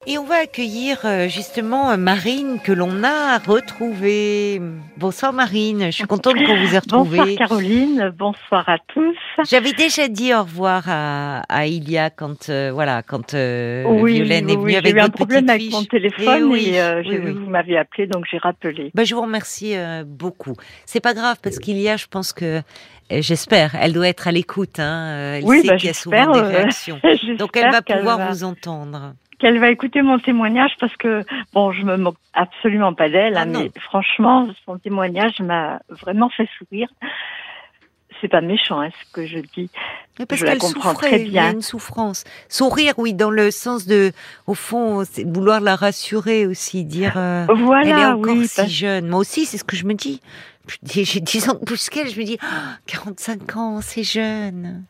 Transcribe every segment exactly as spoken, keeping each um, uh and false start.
Et on va accueillir euh, justement euh, Marine que l'on a retrouvée. Bonsoir Marine, je suis contente qu'on vous ait Bonsoir retrouvée. Caroline, bonsoir à tous. J'avais déjà dit au revoir à, à Ilia quand euh, voilà quand euh, Oui, Violaine oui, est venue oui, j'ai eu avec un votre problème petite avec mon fiche. Et téléphone oui, et euh, oui, j'ai vu oui. que vous m'aviez appelé, donc j'ai rappelé. Bah, je vous remercie euh, beaucoup. C'est pas grave parce qu'Ilia, je pense que euh, j'espère, elle doit être à l'écoute. Hein, euh, elle Oui, sait bah qu'il y a souvent j'espère, des euh, réactions, donc elle va j'espère qu'elle pouvoir va vous entendre. qu'elle va écouter mon témoignage parce que bon, je me moque absolument pas d'elle, Ah hein, non. mais franchement, son témoignage m'a vraiment fait sourire. C'est pas méchant, hein, ce que je dis. Mais parce Je la qu'elle comprends très souffrait, il y a bien. une souffrance. Sourire, oui, dans le sens de, au fond, c'est vouloir la rassurer aussi, dire, euh, elle est Voilà, encore oui, si parce jeune. Moi aussi, c'est ce que je me dis. J'ai j'ai dix ans de plus qu'elle, je me dis, ah, quarante-cinq ans, c'est jeune.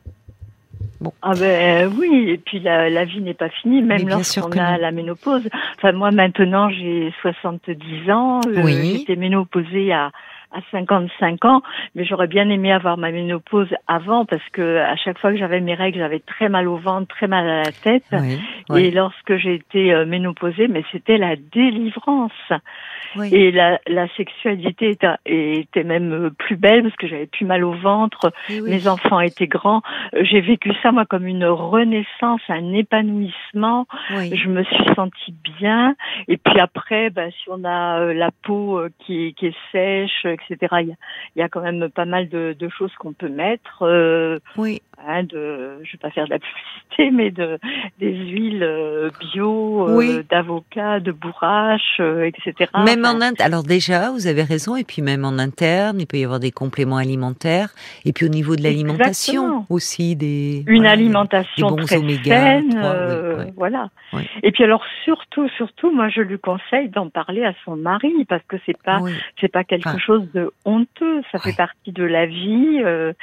Bon, Ah ben oui, et puis la, la vie n'est pas finie, mais même bien sûr lorsqu'on que a non. la ménopause. Enfin moi maintenant j'ai soixante-dix ans, euh, Oui, j'étais ménopausée à à cinquante-cinq ans, mais j'aurais bien aimé avoir ma ménopause avant parce que à chaque fois que j'avais mes règles, j'avais très mal au ventre, très mal à la tête. oui, Et oui, lorsque j'ai été euh, ménopausée, mais c'était la délivrance. oui, Et la, la sexualité était, était même euh, plus belle parce que j'avais plus mal au ventre, et mes oui, enfants étaient grands. Euh, J'ai vécu ça, moi, comme une renaissance, un épanouissement. oui, Je me suis sentie bien. Et puis après, bah, si on a euh, la peau euh, qui, qui est sèche, et cetera, il y a, il y a quand même pas mal de, de choses qu'on peut mettre. Euh, oui. hein, de, je vais pas faire de la publicité, mais de des huiles euh, bio, euh, Oui. d'avocat, de bourrache, euh, et cetera. Même Enfin, en int- alors déjà, vous avez raison, et puis même en interne, il peut y avoir des compléments alimentaires, et puis au niveau de l'alimentation exactement. aussi, des Une voilà, il y a des, des alimentation bons très oméga saine, trois, oui, oui, euh, voilà. oui, Et puis alors surtout, surtout, moi je lui conseille d'en parler à son mari parce que c'est pas, oui, c'est pas quelque enfin, chose de honteux. Ça fait ouais. partie de la vie. euh,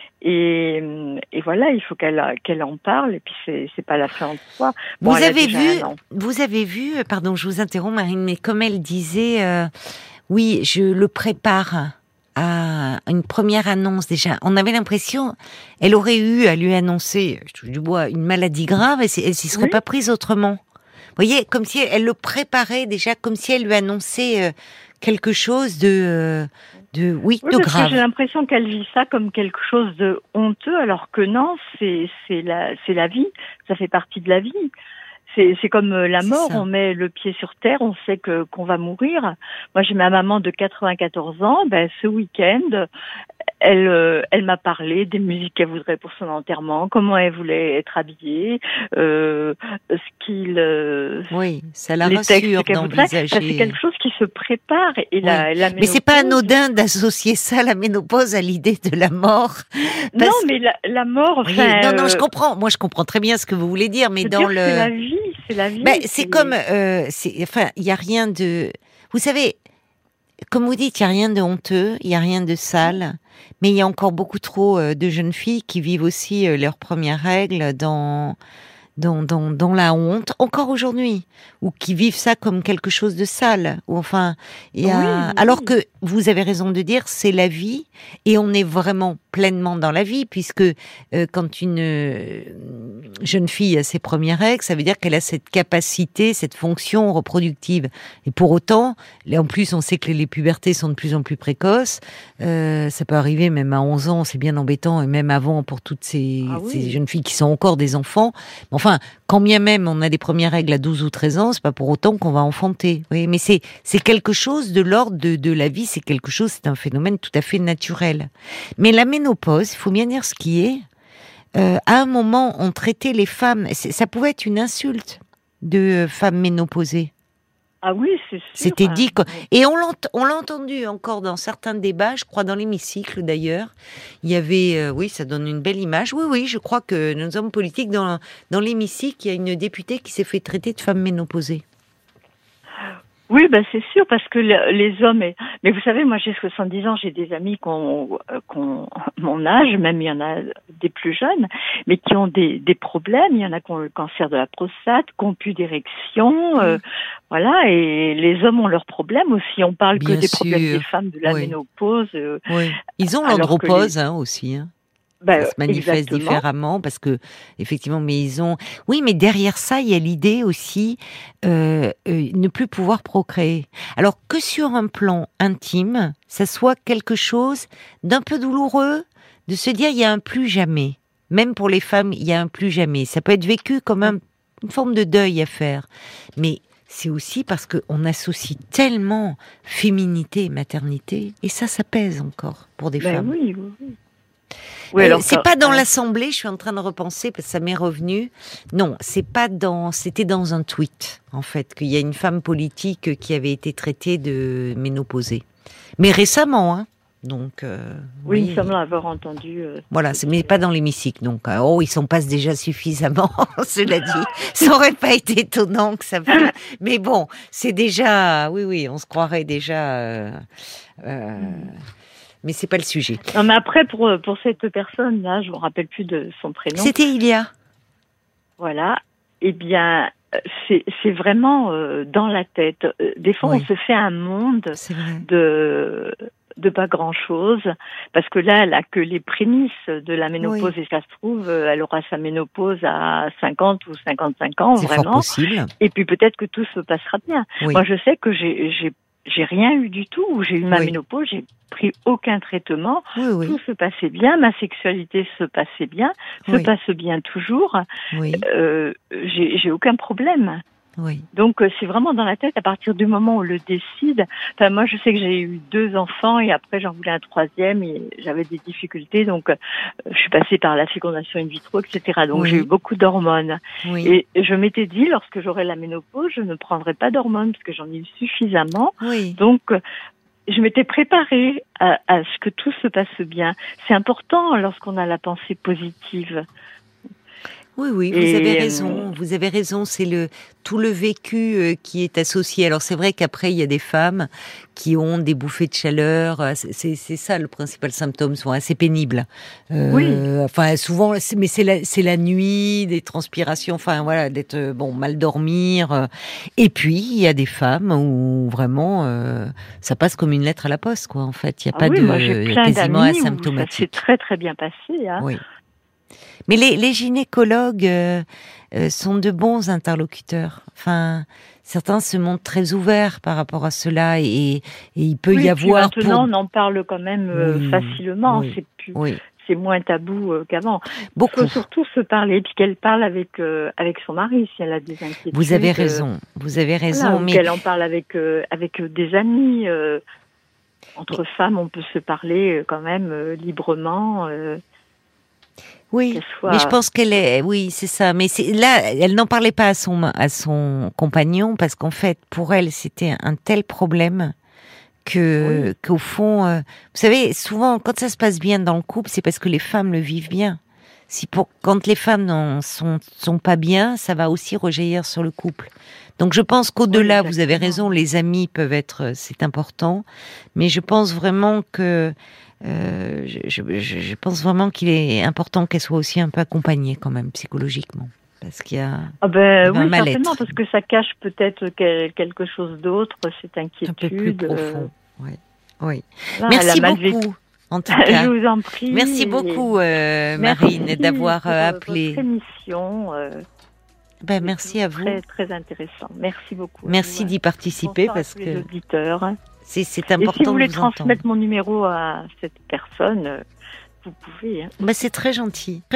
et, et voilà, il faut qu'elle qu'elle en parle. Et puis c'est c'est pas la fin en soi. Bon, Vous elle a avez déjà vu, un an. vous avez vu, euh, pardon, je vous interromps, Marine, mais comme elle disait, euh, oui, je le prépare à une première annonce déjà. On avait l'impression, elle aurait eu à lui annoncer, je touche du bois, une maladie grave, et c'est- elle s'y serait Oui. pas prise autrement. Vous voyez, comme si elle le préparait déjà, comme si elle lui annonçait euh, quelque chose de, euh, de, oui, Oui, de parce que j'ai grave. l'impression qu'elle vit ça comme quelque chose de honteux, alors que non, c'est c'est la c'est la vie, ça fait partie de la vie. C'est c'est comme euh, la C'est mort, on ça. met le pied sur terre, on sait que qu'on va mourir. Moi, j'ai ma maman de quatre-vingt-quatorze ans, ben ce week-end, elle, euh, elle m'a parlé des musiques qu'elle voudrait pour son enterrement, comment elle voulait être habillée, euh, ce qu'il, euh, Oui, ça la les textes rassure qu'elle voudrait. Enfin, c'est d'envisager. quelque chose qui se prépare. Et Oui, la, la mais c'est pas ménopause, anodin d'associer ça, la ménopause, à l'idée de la mort, non, parce que, mais la, la mort, vous voyez, enfin, non, non, je euh, comprends. Moi, je comprends très bien ce que vous voulez dire, mais je veux dans dire, c'est le, la vie, c'est la vie, ben, c'est comme, c'est... euh, c'est, enfin, il y a rien de, vous savez, comme vous dites, il y a rien de honteux, il y a rien de sale, mais il y a encore beaucoup trop euh, de jeunes filles qui vivent aussi euh, leurs premières règles dans dans, dans, dans la honte, encore aujourd'hui, ou qui vivent ça comme quelque chose de sale, ou enfin, il y Oui, a... alors oui, que vous avez raison de dire, c'est la vie, et on est vraiment pleinement dans la vie, puisque euh, quand une euh, jeune fille a ses premières règles, ça veut dire qu'elle a cette capacité, cette fonction reproductive. Et pour autant, là, en plus, on sait que les pubertés sont de plus en plus précoces, euh, ça peut arriver même à onze ans, c'est bien embêtant, et même avant pour toutes ces, ah ces oui, jeunes filles qui sont encore des enfants. Enfin, quand bien même on a des premières règles à douze ou treize ans, c'est pas pour autant qu'on va enfanter. Oui, mais c'est c'est quelque chose de l'ordre de, de la vie, c'est quelque chose, c'est un phénomène tout à fait naturel. Mais la ménopause, il faut bien dire ce qui est. Euh, à un moment, on traitait les femmes, c'est- ça pouvait être une insulte de euh, femmes ménopausées. ah oui, c'est sûr. C'était Hein. dit que... Et on l'ent- on l'a entendu encore dans certains débats, je crois dans l'hémicycle d'ailleurs. Il y avait, euh, oui, ça donne une belle image. Oui, oui, je crois que nos hommes politiques, dans, dans l'hémicycle, il y a une députée qui s'est fait traiter de femme ménopausée. Oui, bah c'est sûr, parce que le- les hommes... est- Mais vous savez, moi j'ai soixante-dix ans, j'ai des amis qui ont, euh, qui ont mon âge, même il y en a des plus jeunes, mais qui ont des, des problèmes. Il y en a qui ont le cancer de la prostate, qui ont plus d'érection, euh, Mm. voilà, et les hommes ont leurs problèmes aussi. On parle que Bien des problèmes des sûr, femmes, de la oui, ménopause, euh, oui. Ils ont alors que les... l'andropause hein, aussi. Hein. Bah, ça se manifeste exactement. différemment parce que effectivement, mais ils ont. Oui, mais derrière ça, il y a l'idée aussi euh, euh, ne plus pouvoir procréer. Alors que sur un plan intime, ça soit quelque chose d'un peu douloureux, de se dire il y a un plus jamais. Même pour les femmes, il y a un plus jamais. Ça peut être vécu comme un- une forme de deuil à faire, mais c'est aussi parce qu'on associe tellement féminité et maternité, et ça, ça pèse encore pour des Ben femmes. oui, oui, oui. Oui, Euh, alors c'est ça, pas dans ça- l'Assemblée, je suis en train de repenser parce que ça m'est revenu. Non, c'est pas dans. C'était dans un tweet en fait qu'il y a une femme politique qui avait été traitée de ménopausée, mais récemment, hein. Donc euh, oui, il oui, me semble avoir entendu. euh, voilà, ce c'est mais truc. pas dans l'hémicycle. Donc euh, oh, ils s'en passent déjà suffisamment. Cela dit, ça aurait pas été étonnant que ça. Fait... Mais bon, c'est déjà. Oui, oui, on se croirait déjà. Euh, euh, Mais c'est pas le sujet. Non, mais après, pour, pour cette personne-là, je me rappelle plus de son prénom. C'était Ilia. Voilà. Eh bien, euh, c'est, c'est vraiment euh, dans la tête. Euh, Des fois, Oui. on se fait un monde C'est vrai. de de pas grand-chose, parce que là, elle a que les prémices de la ménopause, Oui. et ça se trouve, euh, elle aura sa ménopause à cinquante ou cinquante-cinq ans, C'est fort vraiment. possible. Et puis peut-être que tout se passera bien. Oui. Moi, je sais que j'ai, j'ai, j'ai rien eu du tout. J'ai eu ma Oui. ménopause, j'ai pris aucun traitement. Oui, oui, Tout se passait bien, ma sexualité se passait bien, se Oui. passe bien toujours. oui, Euh, j'ai, j'ai aucun problème. oui. Donc euh, c'est vraiment dans la tête à partir du moment où on le décide. Enfin moi je sais que j'ai eu deux enfants et après j'en voulais un troisième et j'avais des difficultés donc euh, je suis passée par la fécondation in vitro, et cetera. Donc Oui. j'ai eu beaucoup d'hormones Oui. et je m'étais dit lorsque j'aurai la ménopause je ne prendrai pas d'hormones parce que j'en ai eu suffisamment. oui. Donc euh, je m'étais préparée à, à ce que tout se passe bien. C'est important lorsqu'on a la pensée positive. Oui, oui, vous Et, avez euh, raison. Vous avez raison. C'est le tout le vécu euh, qui est associé. Alors c'est vrai qu'après il y a des femmes qui ont des bouffées de chaleur. euh, C'est c'est c'est ça le principal symptôme, souvent assez pénible. Euh, Oui. Enfin souvent, c'est- mais c'est la c'est la nuit, des transpirations. Enfin voilà, d'être euh, bon mal dormir. euh. Et puis il y a des femmes où vraiment euh, ça passe comme une lettre à la poste, quoi. En fait, il y a Ah pas oui, de moi j'ai il y a plein quasiment d'amis où ça s'est asymptomatique. très très bien passé. Hein. Oui. Mais les, les gynécologues euh, euh, sont de bons interlocuteurs. Enfin, certains se montrent très ouverts par rapport à cela et, et il peut Oui, y et puis avoir maintenant pour... on en parle quand même euh, Oui, facilement. oui, C'est plus, oui, c'est moins tabou euh, qu'avant. Il faut beaucoup. surtout se parler, puis qu'elle parle avec euh, avec son mari si elle a des inquiétudes. Vous avez euh, raison, vous avez raison, Voilà, ou mais qu'elle en parle avec euh, avec euh, des amis. euh, entre femmes, on peut se parler euh, quand même euh, librement. euh, oui, qu'elle soit... mais je pense qu'elle est, oui, c'est ça. Mais c'est là, elle n'en parlait pas à son à son compagnon parce qu'en fait, pour elle, c'était un tel problème que Oui. qu'au fond, euh, vous savez, souvent quand ça se passe bien dans le couple, c'est parce que les femmes le vivent bien. Si pour quand les femmes n'en sont sont pas bien, ça va aussi rejaillir sur le couple. Donc je pense qu'au-delà, Oui, vous avez raison, les amis peuvent être, c'est important, mais je pense vraiment que euh, je, je, je je pense vraiment qu'il est important qu'elle soit aussi un peu accompagnée quand même psychologiquement, parce qu'il y a Ah il y ben avait un oui, mal-être. certainement, parce que ça cache peut-être quel- quelque chose d'autre, cette inquiétude. un peu plus euh, profond. Oui, oui. voilà, elle a Merci mal vécu. beaucoup. En tout cas, Je vous en prie. merci et beaucoup, euh, merci Marine, d'avoir pour, euh, euh, appelé. votre émission. euh, Ben, c'est merci à vous. Très, très intéressant. Merci beaucoup. à Merci vous, d'y hein. participer Bonsoir à parce tous les que auditeurs. c'est c'est Et si important vous de voulez vous entendre. transmettre mon numéro à cette personne, euh, vous pouvez. Hein. Ben, c'est très gentil.